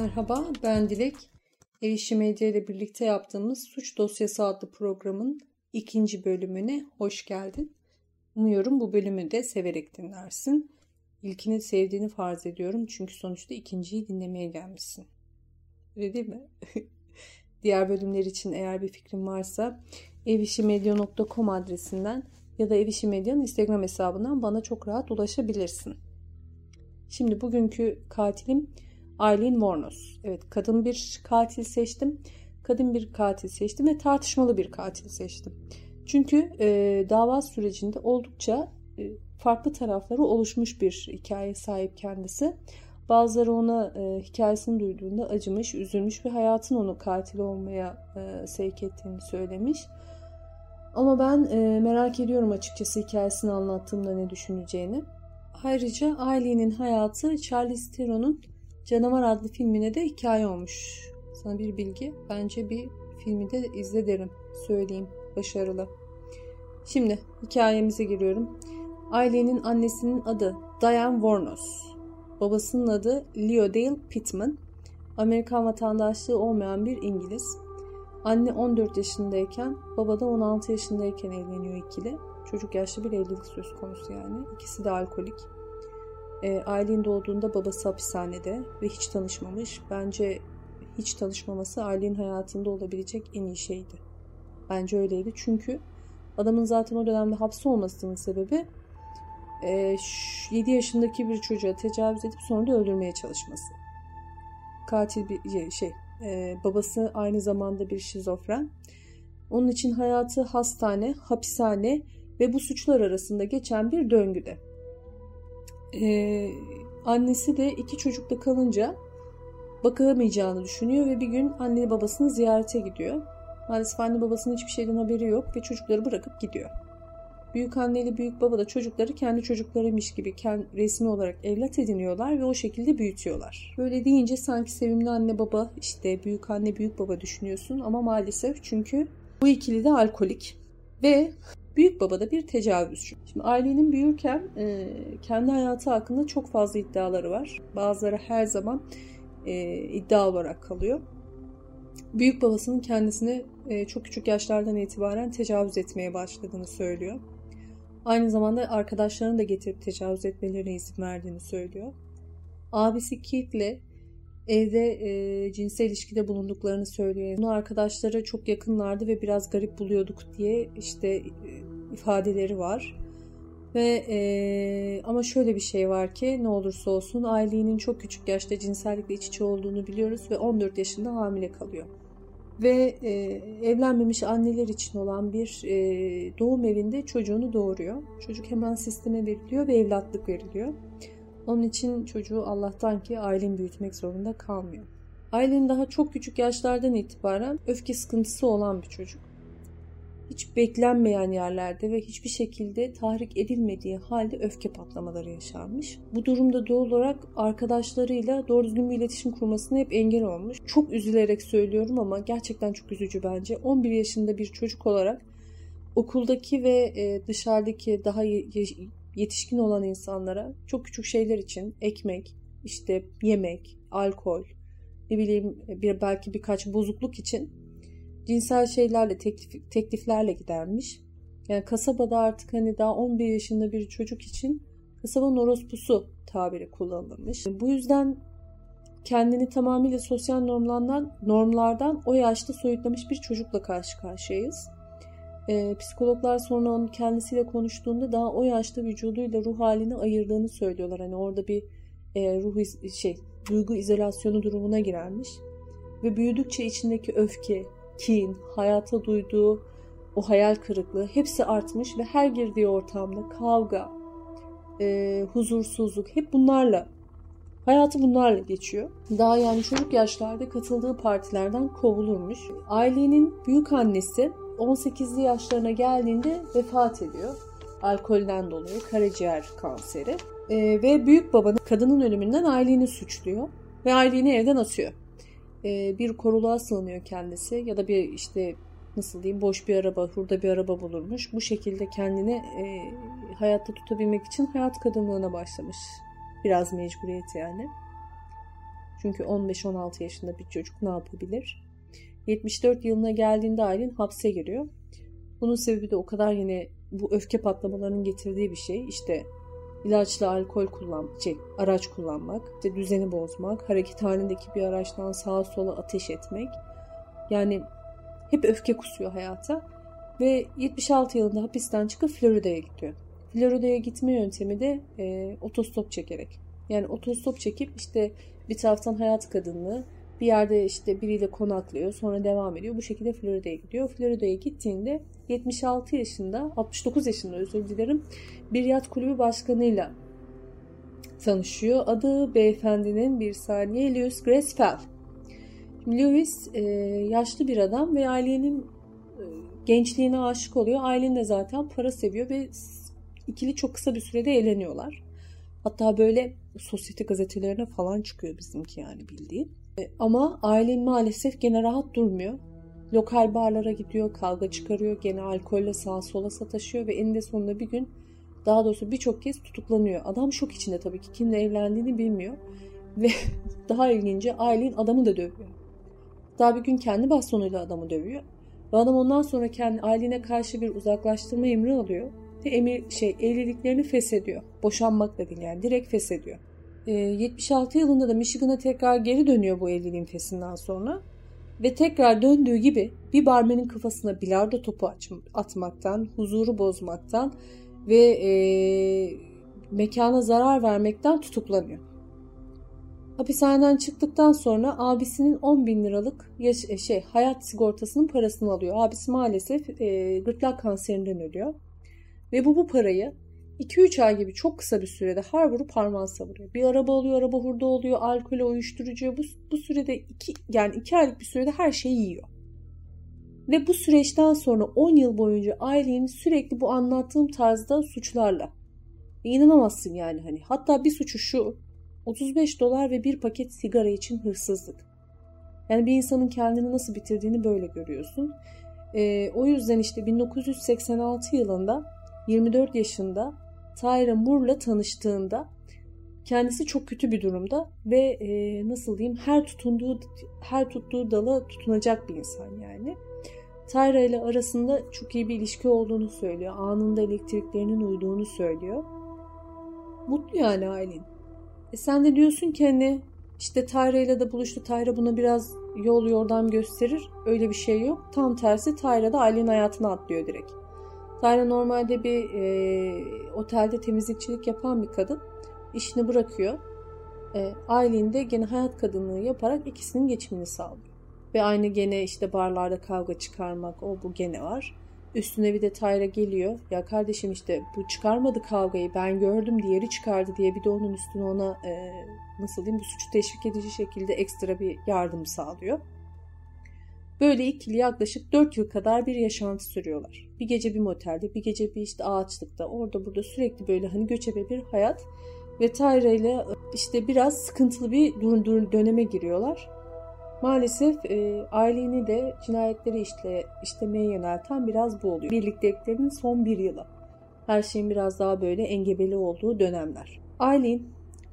Merhaba, ben Dilek. Ev İşi Medya ile birlikte yaptığımız Suç Dosyası adlı programın ikinci bölümüne hoş geldin. Umuyorum bu bölümü de severek dinlersin. İlkini sevdiğini farz ediyorum çünkü sonuçta ikinciyi dinlemeye gelmişsin. Öyle değil mi? Diğer bölümler için eğer bir fikrin varsa evişimedya.com adresinden ya da Ev İşi Medya'nın Instagram hesabından bana çok rahat ulaşabilirsin. Şimdi bugünkü katilim Aileen Wuornos. Evet, kadın bir katil seçtim. Kadın bir katil seçtim ve tartışmalı bir katil seçtim. Çünkü dava sürecinde oldukça farklı tarafları oluşmuş bir hikaye sahip kendisi. Bazıları ona hikayesini duyduğunda acımış, üzülmüş ve hayatın onu katil olmaya sevk ettiğini söylemiş. Ama ben merak ediyorum açıkçası hikayesini anlattığımda ne düşüneceğini. Ayrıca Aileen'in hayatı Charlize Theron'un Canavar adlı filmine de hikaye olmuş. Sana bir bilgi. Bence bir filmi de izle derim. Söyleyeyim. Başarılı. Şimdi hikayemize giriyorum. Aileen'in annesinin adı Diane Wuornos. Babasının adı Leodale Pittman. Amerikan vatandaşlığı olmayan bir İngiliz. Anne 14 yaşındayken, baba da 16 yaşındayken evleniyor ikili. Çocuk yaşlı bir evlilik söz konusu yani. İkisi de alkolik. Aileen doğduğunda babası hapishanede ve hiç tanışmamış. Bence hiç tanışmaması Aileen'in hayatında olabilecek en iyi şeydi. Bence öyleydi. Çünkü adamın zaten o dönemde hapse olmasının sebebi 7 yaşındaki bir çocuğa tecavüz edip sonra da öldürmeye çalışması. Katil bir şey. Babası aynı zamanda bir şizofren. Onun için hayatı hastane, hapishane ve bu suçlar arasında geçen bir döngüde. Annesi de 2 çocukla kalınca bakamayacağını düşünüyor ve bir gün anne babasını ziyarete gidiyor. Maalesef anne babasının hiçbir şeyden haberi yok ve çocukları bırakıp gidiyor. Büyük anne ile büyük baba da çocukları kendi çocuklarıymış gibi resmi olarak evlat ediniyorlar ve o şekilde büyütüyorlar. Böyle deyince sanki sevimli anne baba, işte büyük anne büyük baba düşünüyorsun ama maalesef çünkü bu ikili de alkolik ve büyük baba da bir tecavüzcü. Şimdi Aileen'in büyürken kendi hayatı hakkında çok fazla iddiaları var. Bazıları her zaman iddia olarak kalıyor. Büyük babasının kendisine çok küçük yaşlardan itibaren tecavüz etmeye başladığını söylüyor. Aynı zamanda arkadaşlarını da getirip tecavüz etmelerine izin verdiğini söylüyor. Abisi Keith'le evde cinsel ilişkide bulunduklarını söylüyor. Bunu arkadaşları çok yakınlardı ve biraz garip buluyorduk diye ifadeleri var. Ve ama şöyle bir şey var ki ne olursa olsun Aileen'in çok küçük yaşta cinsellikle iç içe olduğunu biliyoruz ve 14 yaşında hamile kalıyor. Ve evlenmemiş anneler için olan bir doğum evinde çocuğunu doğuruyor. Çocuk hemen sisteme veriliyor ve evlatlık veriliyor. Onun için çocuğu Allah'tan ki Aileen büyütmek zorunda kalmıyor. Aileen daha çok küçük yaşlardan itibaren öfke sıkıntısı olan bir çocuk. Hiç beklenmeyen yerlerde ve hiçbir şekilde tahrik edilmediği halde öfke patlamaları yaşanmış. Bu durumda doğal olarak arkadaşlarıyla doğru düzgün bir iletişim kurmasına hep engel olmuş. Çok üzülerek söylüyorum ama gerçekten çok üzücü bence. 11 yaşında bir çocuk olarak okuldaki ve dışarıdaki daha yetişkin olan insanlara çok küçük şeyler için ekmek, işte yemek, alkol, ne bileyim belki birkaç bozukluk için cinsel şeylerle, tekliflerle gidermiş. Yani kasabada artık hani daha 11 yaşında bir çocuk için kasabanın orospusu tabiri kullanılmış. Bu yüzden kendini tamamıyla sosyal normlardan o yaşta soyutlamış bir çocukla karşı karşıyayız. Psikologlar sonra onun kendisiyle konuştuğunda daha o yaşta vücuduyla ruh halini ayırdığını söylüyorlar. Hani orada bir duygu izolasyonu durumuna girermiş. Ve büyüdükçe içindeki öfke, kin, hayata duyduğu o hayal kırıklığı hepsi artmış ve her girdiği ortamda kavga, huzursuzluk hep hayatı bunlarla geçiyor. Daha yani çocuk yaşlarda katıldığı partilerden kovulurmuş. Aileen'in büyük annesi 18'li yaşlarına geldiğinde vefat ediyor. Alkolden dolayı karaciğer kanseri. Ve büyük babanın kadının ölümünden Aileen'i suçluyor ve Aileen'i evden atıyor. Bir koruluğa sığınıyor kendisi ya da bir boş bir araba, hurda bir araba bulurmuş. Bu şekilde kendini hayatta tutabilmek için hayat kadınlığına başlamış. Biraz mecburiyet yani. Çünkü 15-16 yaşında bir çocuk ne yapabilir? 74 yılına geldiğinde Aylin hapse giriyor. Bunun sebebi de o kadar yine bu öfke patlamalarının getirdiği bir şey. İşte ilaçlı araç kullanmak, işte düzeni bozmak, hareket halindeki bir araçtan sağa sola ateş etmek. Yani hep öfke kusuyor hayata. Ve 76 yılında hapisten çıkıp Florida'ya gidiyor. Florida'ya gitme yöntemi de otostop çekerek. Yani otostop çekip işte bir taraftan hayat kadınlığı, bir yerde işte biriyle konaklıyor, sonra devam ediyor. Bu şekilde Florida'ya gidiyor. Florida'ya gittiğinde 69 yaşında özür dilerim, bir yat kulübü başkanıyla tanışıyor. Adı beyefendinin bir saniye Lewis Gracefell. Lewis yaşlı bir adam ve ailenin gençliğine aşık oluyor. Aylin de zaten para seviyor ve ikili çok kısa bir sürede evleniyorlar. Hatta böyle sosyete gazetelerine falan çıkıyor bizimki yani bildiğin. Ama Aylin maalesef gene rahat durmuyor. Lokal barlara gidiyor, kavga çıkarıyor, gene alkolle sağa sola sataşıyor ve eninde sonunda bir gün, daha doğrusu birçok kez tutuklanıyor. Adam şok içinde tabii ki, kimle evlendiğini bilmiyor. Ve daha ilginci, Aylin adamı da dövüyor. Daha bir gün kendi bastonuyla adamı dövüyor. Ve adam ondan sonra Aylin'e karşı bir uzaklaştırma emri alıyor. Ve evliliklerini feshediyor. Boşanmak da değil yani, direkt feshediyor. 76 yılında da Michigan'a tekrar geri dönüyor bu evliliğin feshinden sonra. Ve tekrar döndüğü gibi bir barmenin kafasına bilardo topu atmaktan, huzuru bozmaktan ve mekana zarar vermekten tutuklanıyor. Hapishaneden çıktıktan sonra abisinin 10.000 liralık hayat sigortasının parasını alıyor. Abisi maalesef gırtlak kanserinden ölüyor. Ve bu parayı 2-3 ay gibi çok kısa bir sürede har vurup parmağı savuruyor. Bir araba alıyor, araba hurda oluyor, alkole, uyuşturucuya. Bu sürede 2 aylık bir sürede her şeyi yiyor. Ve bu süreçten sonra 10 yıl boyunca Aylin sürekli bu anlattığım tarzda suçlarla. İnanamazsın yani hani. Hatta bir suçu şu: $35 ve bir paket sigara için hırsızlık. Yani bir insanın kendini nasıl bitirdiğini böyle görüyorsun. O yüzden işte 1986 yılında 24 yaşında Tyra Moore'la tanıştığında kendisi çok kötü bir durumda ve nasıl diyeyim, her tuttuğu dala tutunacak bir insan yani. Tyra ile arasında çok iyi bir ilişki olduğunu söylüyor. Anında elektriklerinin uyduğunu söylüyor. Mutlu yani Aylin. Sen de diyorsun ki hani işte Tyra ile de buluştu. Tyra buna biraz yol yordam gösterir. Öyle bir şey yok. Tam tersi, Tyra da Aylin'in hayatına atlıyor direkt. Tyra normalde bir otelde temizlikçilik yapan bir kadın. İşini bırakıyor. Aylin de gene hayat kadınlığı yaparak ikisinin geçimini sağlıyor. Ve aynı gene işte barlarda kavga çıkarmak, o bu gene var. Üstüne bir de Tyra geliyor. Ya kardeşim işte bu çıkarmadı kavgayı, ben gördüm, diğeri çıkardı diye bir de onun üstüne ona nasıl diyeyim, bu suçu teşvik edici şekilde ekstra bir yardım sağlıyor. Böyle ikili yaklaşık 4 yıl kadar bir yaşantı sürüyorlar. Bir gece bir motelde, bir gece bir işte ağaçlıkta, orada burada sürekli böyle hani göçebe bir hayat. Ve Tyra ile işte biraz sıkıntılı bir döneme giriyorlar. Maalesef Aylin'i de cinayetleri işlemeye yönelten biraz bu oluyor. Birlikteliklerinin son bir yılı. Her şeyin biraz daha böyle engebeli olduğu dönemler. Aylin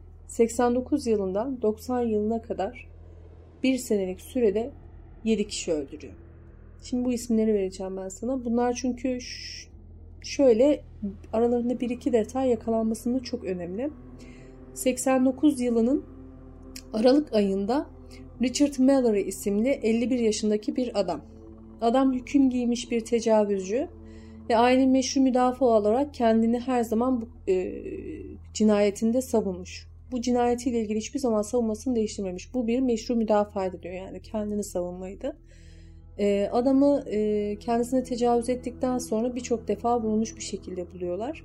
89 yılından 90 yılına kadar bir senelik sürede 7 kişi öldürüyor. Şimdi bu isimleri vereceğim ben sana. Bunlar çünkü şöyle aralarında 1-2 detay yakalanmasında çok önemli. 89 yılının Aralık ayında Richard Mallory isimli 51 yaşındaki bir adam. Adam hüküm giymiş bir tecavüzcü ve ailenin meşru müdafaa olarak kendini her zaman bu cinayetinde savunmuş. Bu cinayetiyle ilgili hiçbir zaman savunmasını değiştirmemiş. Bu bir meşru müdafaa diyor, yani kendini savunmaydı. Adamı kendisine tecavüz ettikten sonra birçok defa vurulmuş bir şekilde buluyorlar.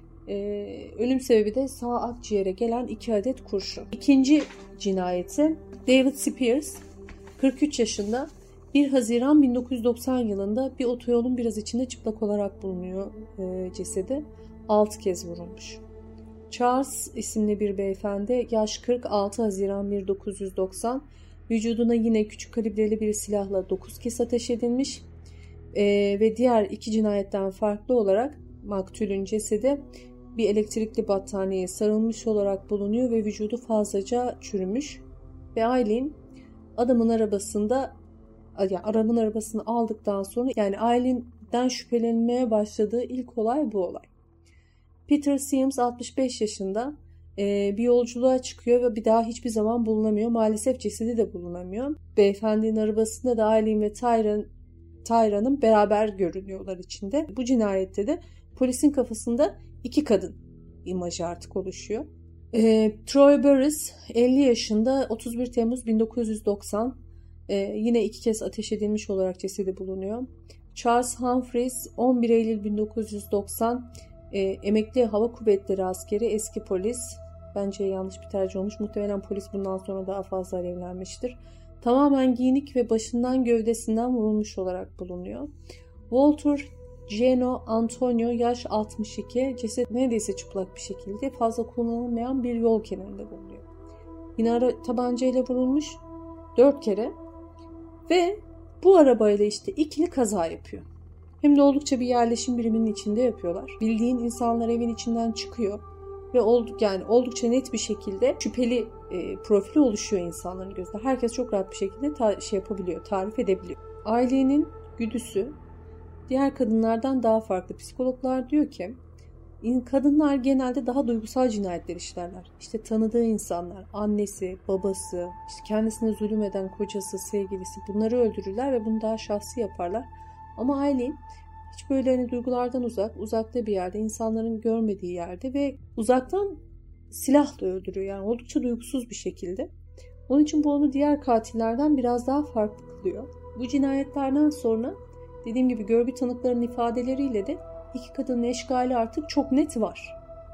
Ölüm sebebi de sağ akciğere gelen 2 adet kurşun. İkinci cinayeti David Spears, 43 yaşında, 1 Haziran 1990 yılında bir otoyolun biraz içinde çıplak olarak bulunuyor cesedi. 6 kez vurulmuş. Charles isimli bir beyefendi, yaş 40, 6 Haziran 1990, vücuduna yine küçük kalibreli bir silahla 9 kez ateş edilmiş ve diğer 2 cinayetten farklı olarak maktulün cesedi bir elektrikli battaniyeye sarılmış olarak bulunuyor ve vücudu fazlaca çürümüş. Ve Aileen adamın arabasını aldıktan sonra, yani Aileen'den şüphelenmeye başladığı ilk olay bu olay. Peter Sims 65 yaşında bir yolculuğa çıkıyor ve bir daha hiçbir zaman bulunamıyor. Maalesef cesedi de bulunamıyor. Beyefendinin arabasında da Aileen ve Tyra'nın beraber görünüyorlar içinde. Bu cinayette de polisin kafasında iki kadın imajı artık oluşuyor. Troy Burris 50 yaşında, 31 Temmuz 1990 yine 2 kez ateş edilmiş olarak cesedi bulunuyor. Charles Humphreys 11 Eylül 1990 emekli hava kuvvetleri askeri, eski polis. Bence yanlış bir tercih olmuş. Muhtemelen polis bundan sonra daha fazla alevlenmiştir. Tamamen giyinik ve başından gövdesinden vurulmuş olarak bulunuyor. Walter Geno Antonio, yaş 62, ceset neredeyse çıplak bir şekilde fazla kullanılmayan bir yol kenarında bulunuyor. Yine tabancayla vurulmuş 4 kere ve bu arabayla işte ikili kaza yapıyor. Hem de oldukça bir yerleşim biriminin içinde yapıyorlar. Bildiğin insanlar evin içinden çıkıyor ve oldukça net bir şekilde şüpheli profili oluşuyor insanların gözünde. Herkes çok rahat bir şekilde tarif edebiliyor. Aileenin güdüsü diğer kadınlardan daha farklı. Psikologlar diyor ki kadınlar genelde daha duygusal cinayetler işlerler. İşte tanıdığı insanlar, annesi, babası, işte kendisine zulüm eden kocası, sevgilisi, bunları öldürürler ve bunu daha şahsi yaparlar. Ama Aileen hiç böyle duygulardan uzakta bir yerde, insanların görmediği yerde ve uzaktan silahla öldürüyor. Yani oldukça duygusuz bir şekilde. Onun için bu onu diğer katillerden biraz daha farklı kılıyor. Bu cinayetlerden sonra dediğim gibi görgü tanıklarının ifadeleriyle de iki kadının eşgali artık çok net var.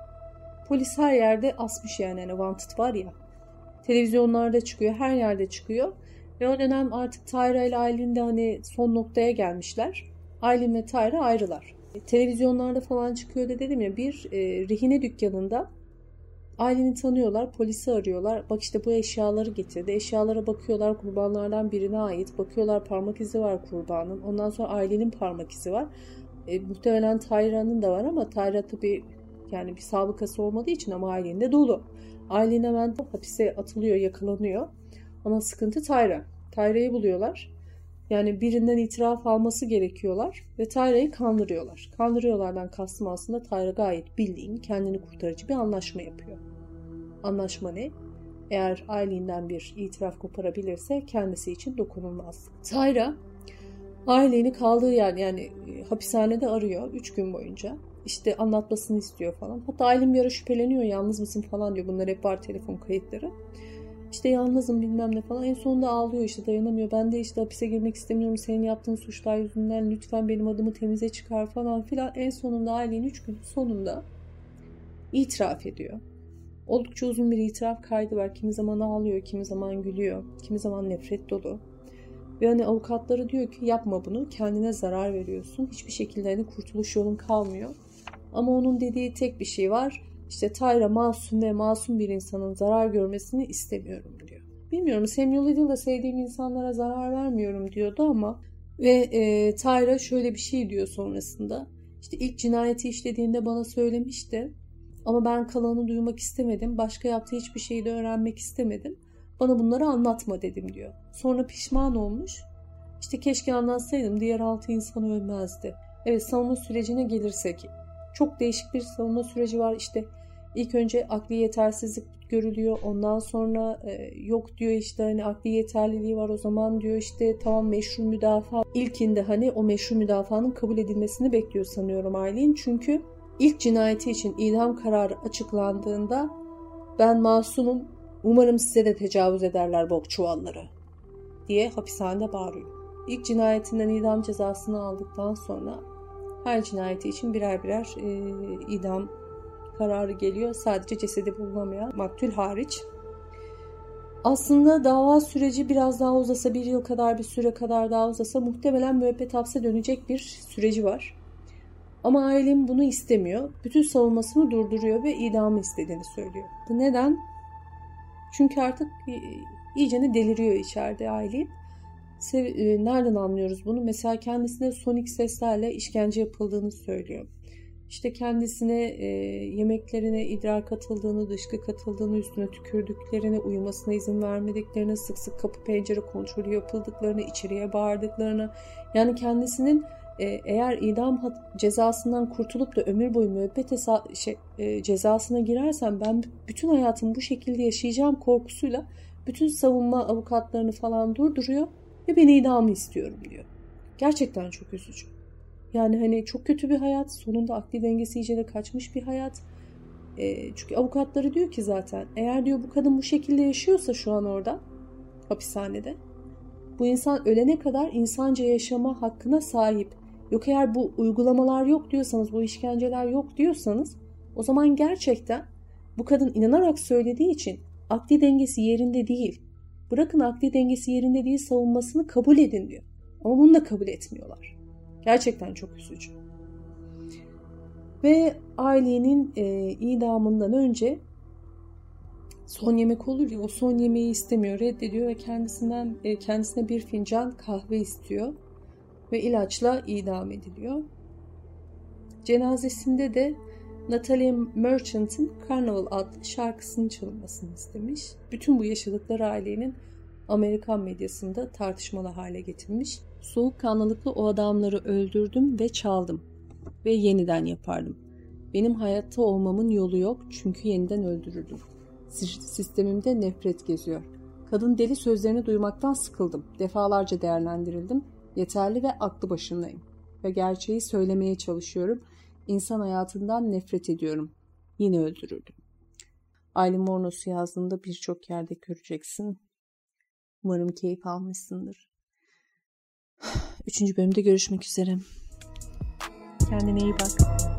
Polis her yerde asmış yani wanted var ya. Televizyonlarda çıkıyor, her yerde çıkıyor. Ve o dönem artık Tyra ile Aileen de son noktaya gelmişler. Aileen ve Tyra ayrılar. Televizyonlarda falan çıkıyor da dedim ya, bir rehine dükkanında Aileen'i tanıyorlar, polisi arıyorlar. Bak işte bu eşyaları getirdi. Eşyalara bakıyorlar, kurbanlardan birine ait. Bakıyorlar, parmak izi var kurbanın. Ondan sonra Aileen'in parmak izi var. Muhtemelen Tyra'nın da var ama Tyra tabii yani bir sabıkası olmadığı için, ama Aileen de dolu. Aileen hemen hapise atılıyor, yakalanıyor. Ama sıkıntı Tyra. Tyra'yı buluyorlar. Yani birinden itiraf alması gerekiyorlar ve Tyra'yı kandırıyorlar. Kandırıyorlardan kastım aslında Tyra gayet bildiğin kendini kurtarıcı bir anlaşma yapıyor. Anlaşma ne? Eğer Aileen'den bir itiraf koparabilirse kendisi için dokunulmaz. Tyra Aileen'i kaldığı yer, yani hapishanede arıyor 3 gün boyunca. İşte anlatmasını istiyor falan. Hatta Aileen bir ara şüpheleniyor, yalnız mısın falan diyor. Bunlar hep var, telefon kayıtları. İşte yalnızım bilmem ne falan. En sonunda ağlıyor, işte dayanamıyor. Ben de işte hapise girmek istemiyorum. Senin yaptığın suçlar yüzünden lütfen benim adımı temize çıkar falan filan. En sonunda Aileen 3 gün sonunda itiraf ediyor. Oldukça uzun bir itiraf kaydı var. Kimi zaman ağlıyor, kimi zaman gülüyor, kimi zaman nefret dolu. Ve avukatları diyor ki yapma bunu, kendine zarar veriyorsun. Hiçbir şekilde kurtuluş yolun kalmıyor. Ama onun dediği tek bir şey var. İşte Tyra masum ve masum bir insanın zarar görmesini istemiyorum diyor. Bilmiyorum, Samuel Liddell'da sevdiğim insanlara zarar vermiyorum diyordu ama ve Tyra şöyle bir şey diyor sonrasında. İşte ilk cinayeti işlediğinde bana söylemişti ama ben kalanını duymak istemedim. Başka yaptığı hiçbir şeyi de öğrenmek istemedim. Bana bunları anlatma dedim diyor. Sonra pişman olmuş. İşte keşke anlatsaydım, diğer 6 insan ölmezdi. Evet, savunma sürecine gelirsek çok değişik bir savunma süreci var. İşte ilk önce akli yetersizlik görülüyor. Ondan sonra yok diyor işte akli yeterliliği var, o zaman diyor işte tamam meşru müdafaa. İlkinde o meşru müdafaanın kabul edilmesini bekliyor sanıyorum Aileen. Çünkü ilk cinayeti için idam kararı açıklandığında ben masumum, umarım size de tecavüz ederler bok çuvalları diye hapishanede bağırıyor. İlk cinayetinden idam cezasını aldıktan sonra her cinayeti için birer birer idam kararı geliyor. Sadece cesedi bulunamayan maktul hariç. Aslında dava süreci biraz daha uzasa, 1 yıl kadar bir süre kadar daha uzasa muhtemelen müebbet hapse dönecek bir süreci var. Ama Aileen bunu istemiyor. Bütün savunmasını durduruyor ve idamı istediğini söylüyor. Bu neden? Çünkü artık iyicene deliriyor içeride Aileen. Nereden anlıyoruz bunu? Mesela kendisine sonik seslerle işkence yapıldığını söylüyor. İşte kendisine yemeklerine idrar katıldığını, dışkı katıldığını, üstüne tükürdüklerini, uyumasına izin vermediklerini, sık sık kapı pencere kontrolü yapıldıklarını, içeriye bağırdıklarını, yani kendisinin eğer idam cezasından kurtulup da ömür boyu müebbet cezasına girersem ben bütün hayatımı bu şekilde yaşayacağım korkusuyla bütün savunma avukatlarını falan durduruyor ve ben idamı istiyorum diyor. Gerçekten çok üzücü. Yani hani çok kötü bir hayat, sonunda akli dengesi iyice de kaçmış bir hayat. Çünkü avukatları diyor ki zaten eğer diyor bu kadın bu şekilde yaşıyorsa şu an orada hapishanede, bu insan ölene kadar insanca yaşama hakkına sahip. Yok eğer bu uygulamalar yok diyorsanız, bu işkenceler yok diyorsanız, o zaman gerçekten bu kadın inanarak söylediği için akli dengesi yerinde değil. Bırakın akli dengesi yerinde değil, savunmasını kabul edin diyor. Ama bunu da kabul etmiyorlar. Gerçekten çok üzücü. Ve ailenin idamından önce son yemek olur ya, o son yemeği istemiyor, reddediyor ve kendisine bir fincan kahve istiyor ve ilaçla idam ediliyor. Cenazesinde de Natalie Merchant'ın Carnival adlı şarkısının çalınmasını istemiş. Bütün bu yaşadıkları ailenin Amerikan medyasında tartışmalı hale getirmiş. Soğukkanlılıkla o adamları öldürdüm ve çaldım ve yeniden yapardım. Benim hayatta olmamın yolu yok çünkü yeniden öldürürdüm. Sistemimde nefret geziyor. Kadın deli sözlerini duymaktan sıkıldım. Defalarca değerlendirildim. Yeterli ve aklı başındayım. Ve gerçeği söylemeye çalışıyorum. İnsan hayatından nefret ediyorum. Yine öldürürdüm. Aileen Wuornos'u yazdığında birçok yerde göreceksin. Umarım keyif almışsındır. 3. bölümde görüşmek üzere. Kendine iyi bak.